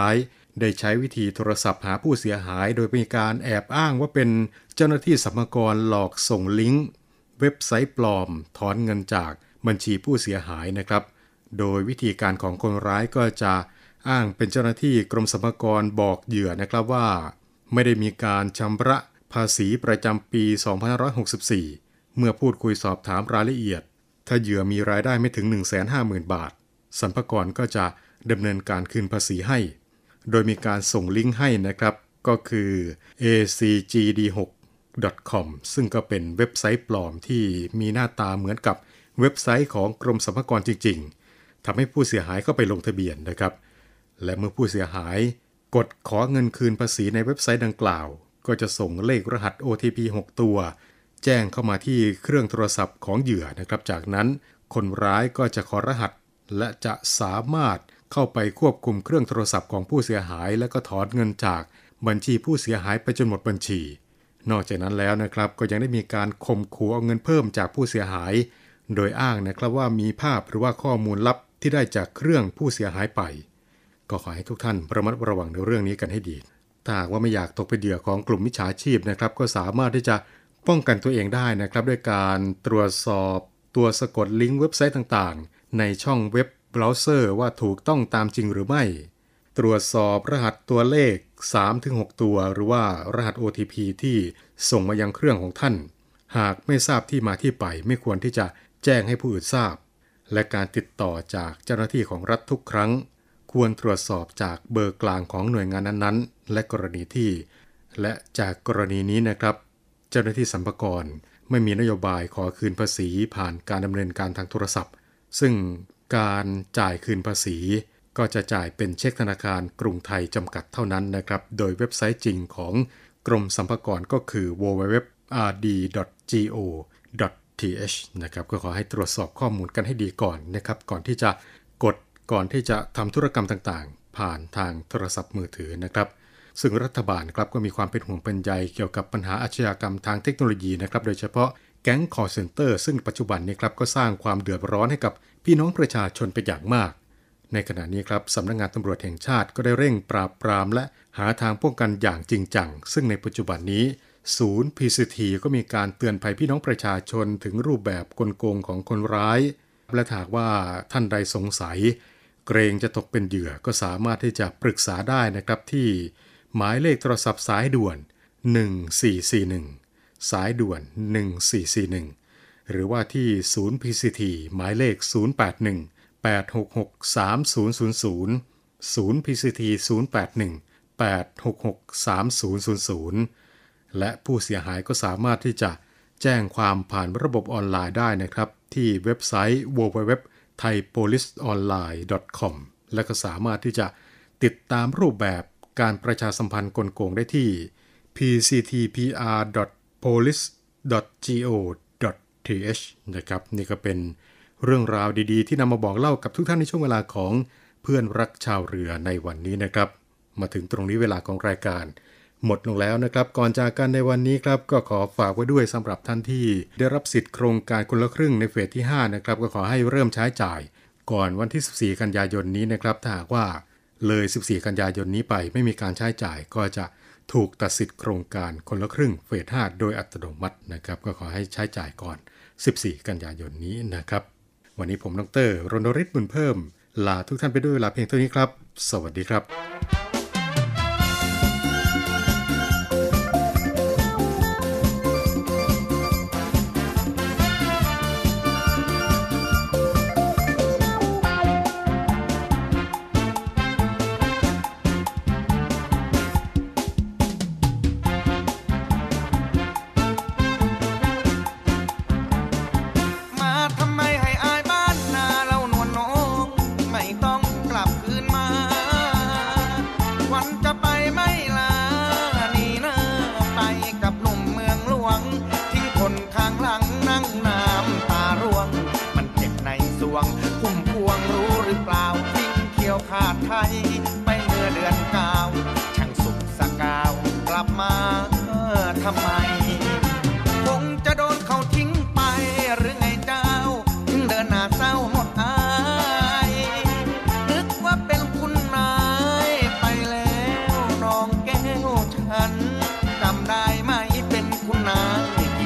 ได้ใช้วิธีโทรศัพท์หาผู้เสียหายโดยมีการแอบอ้างว่าเป็นเจ้าหน้าที่สรรพากรหลอกส่งลิงก์เว็บไซต์ปลอมถอนเงินจากบัญชีผู้เสียหายนะครับโดยวิธีการของคนร้ายก็จะอ้างเป็นเจ้าหน้าที่กรมสรรพากรบอกเหยื่อนะครับว่าไม่ได้มีการชำระภาษีประจำปี สองพันห้าร้อยหกสิบสี่ เมื่อพูดคุยสอบถามรายละเอียดถ้าเหยื่อมีรายได้ไม่ถึง หนึ่งแสนห้าหมื่น บาทสรรพากรก็จะดำเนินการคืนภาษีให้โดยมีการส่งลิงก์ให้นะครับก็คือ เอ ซี จี ดี หก ดอท คอม ซึ่งก็เป็นเว็บไซต์ปลอมที่มีหน้าตาเหมือนกับเว็บไซต์ของกรมสรรพากรจริงๆทำให้ผู้เสียหายเข้าไปลงทะเบียนนะครับและเมื่อผู้เสียหายกดขอเงินคืนภาษีในเว็บไซต์ดังกล่าวก็จะส่งเลขรหัส โอ ที พี หก ตัวแจ้งเข้ามาที่เครื่องโทรศัพท์ของเหยื่อนะครับจากนั้นคนร้ายก็จะขอรหัสและจะสามารถเข้าไปควบคุมเครื่องโทรศัพท์ของผู้เสียหายและก็ถอนเงินจากบัญชีผู้เสียหายไปจนหมดบัญชีนอกจากนั้นแล้วนะครับก็ยังได้มีการข่มขู่เอาเงินเพิ่มจากผู้เสียหายโดยอ้างนะครับว่ามีภาพหรือว่าข้อมูลลับที่ได้จากเครื่องผู้เสียหายไปก็ขอให้ทุกท่านระมัดระวังในเรื่องนี้กันให้ดีถ้าหากว่าไม่อยากตกเป็นเหยื่อของกลุ่มมิจฉาชีพนะครับก็สามารถที่จะป้องกันตัวเองได้นะครับด้วยการตรวจสอบตัวสะกดลิงก์เว็บไซต์ต่างๆในช่องเว็บเบราว์เซอร์ว่าถูกต้องตามจริงหรือไม่ตรวจสอบรหัสตัวเลข สามถึงหก ตัวหรือว่ารหัส โอ ที พี ที่ส่งมายังเครื่องของท่านหากไม่ทราบที่มาที่ไปไม่ควรที่จะแจ้งให้ผู้อื่นทราบและการติดต่อจากเจ้าหน้าที่ของรัฐทุกครั้งควรตรวจสอบจากเบอร์กลางของหน่วยงานนั้นๆและกรณีที่และจากกรณีนี้นะครับเจ้าหน้าที่สรรพากรไม่มีนโยบายขอคืนภาษีผ่านการดำเนินการทางโทรศัพท์ซึ่งการจ่ายคืนภาษีก็จะจ่ายเป็นเช็คธนาคารกรุงไทยจำกัดเท่านั้นนะครับโดยเว็บไซต์จริงของกรมสรรพากรก็คือ ดับเบิลยู ดับเบิลยู ดับเบิลยู ดอท อาร์ ดี ดอท จี โอ ดอท ที เอช นะครับก็ขอให้ตรวจสอบข้อมูลกันให้ดีก่อนนะครับก่อนที่จะกดก่อนที่จะทำธุรกรรมต่างๆผ่านทางโทรศัพท์มือถือนะครับซึ่งรัฐบาลครับก็มีความเป็นห่วงเป็นใยเกี่ยวกับปัญหาอาชญากรรมทางเทคโนโลยีนะครับโดยเฉพาะแก๊ง call center ซึ่งปัจจุบันนี้ครับก็สร้างความเดือดร้อนให้กับพี่น้องประชาชนเป็นอย่างมากในขณะนี้ครับสำนักงานตำรวจแห่งชาติก็ได้เร่งปราบปรามและหาทางป้องกันอย่างจริงจังซึ่งในปัจจุบันนี้ศูนย์ พี ซี ที ก็มีการเตือนภัยพี่น้องประชาชนถึงรูปแบบกลโกงของคนร้ายและหากว่าท่านใดสงสัยเกรงจะตกเป็นเหยื่อก็สามารถที่จะปรึกษาได้นะครับที่หมายเลขโทรศัพท์สายด่วนหนึ่งสี่สี่หนึ่งสายด่วนหนึ่งสี่สี่หนึ่งหรือว่าที่ศูนย์ พี ซี ที หมายเลขศูนย์ แปด หนึ่ง แปด หก หก สาม ศูนย์ ศูนย์ ศูนย์ ศูนย์ พี ซี ที ศูนย์ แปด หนึ่ง แปด หก หก สาม ศูนย์ ศูนย์ ศูนย์และผู้เสียหายก็สามารถที่จะแจ้งความผ่านระบบออนไลน์ได้นะครับที่เว็บไซต์ ดับเบิลยู ดับเบิลยู ดับเบิลยู ดอท ไทยโพลิสออนไลน์ ดอท คอม และก็สามารถที่จะติดตามรูปแบบการประชาสัมพันธ์กลโกงได้ที่ พี ซี ที พี อาร์ ดอท โพลิส ดอท จี โอ ดอท ที เอช นะครับนี่ก็เป็นเรื่องราวดีๆที่นำมาบอกเล่ากับทุกท่านในช่วงเวลาของเพื่อนรักชาวเรือในวันนี้นะครับมาถึงตรงนี้เวลาของรายการหมดลงแล้วนะครับก่อนจากกันในวันนี้ครับก็ขอฝากไว้ด้วยสำหรับท่านที่ได้รับสิทธิ์โครงการคนละครึ่งในเฟสที่ห้านะครับก็ขอให้เริ่มใช้จ่ายก่อนวันที่สิบสี่กันยายนนี้นะครับถ้าหากว่าเลยสิบสี่กันยายนนี้ไปไม่มีการใช้จ่ายก็จะถูกตัดสิทธิ์โครงการคนละครึ่งเฟสห้าโดยอัตโนมัตินะครับก็ขอให้ใช้จ่ายก่อนสิบสี่กันยายนนี้นะครับวันนี้ผมดร.รณฤทธิ์บุญเพิ่มลาทุกท่านไปด้วยเวลาเพียงเท่านี้ครับสวัสดีครับ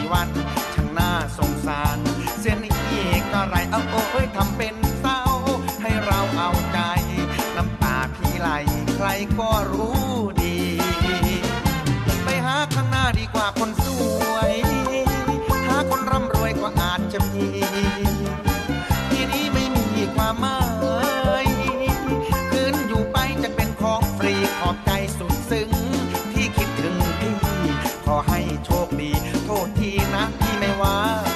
กี่วันช่างน่าสงสารเสียนี่ก็ไรเอาโอ้ยทำเป็นเศร้าให้เราเอาใจน้ำตาพี่ไหลใครก็รู้ดีไปหาข้างหน้าดีกว่าคนสวยหาคนร่ำรวยก็อาจจะมีทีนี้ไม่มีความหมายคืนอยู่ไปจะเป็นของฟรีขอบใจสุดซึ้งที่คิดถึงพี่ขอให้โชคดีโทษทีนะพี่ไม่ว่า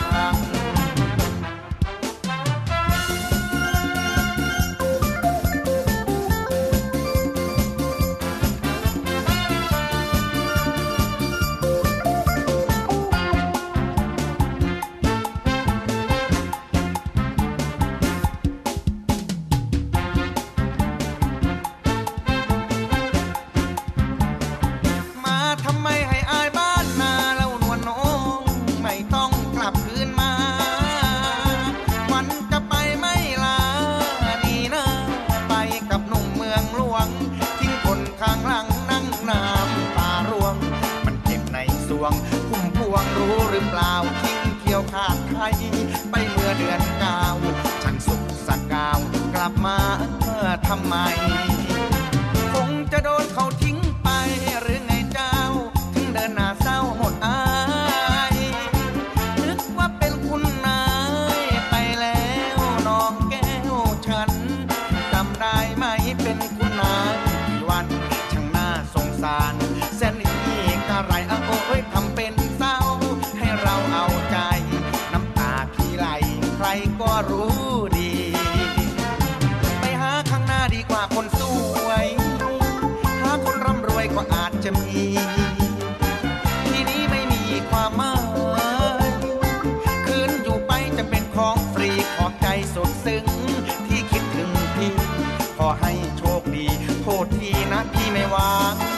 ไปเมื่อเดือนเก้าฉันสุขสักกาวกลับมาทำไมคงจะโดนเขาทิ้งไปหรือไงเจ้าถึงเดินหน้าเศร้าหมดอายนึกว่าเป็นคุณนายไปแล้วน้องแก้วฉันจำได้ไหมเป็นคุณนายกี่วันช่างน่าสงสารแสนนี่กะไรเอาโอ้ยทำเป็นเศร้าให้เราเอาใจน้ำตาพี่ไหลใครก็รู้ดีไปหาข้างหน้าดีกว่าคนสวยหาคนร่ำรวยก็อาจจะมีทีนี้ไม่มีความหมายคืนอยู่ไปจะเป็นของฟรีขอบใจสุดซึ้งที่คิดถึงพี่ขอให้โชคดีโทษทีนะพี่ไม่วาง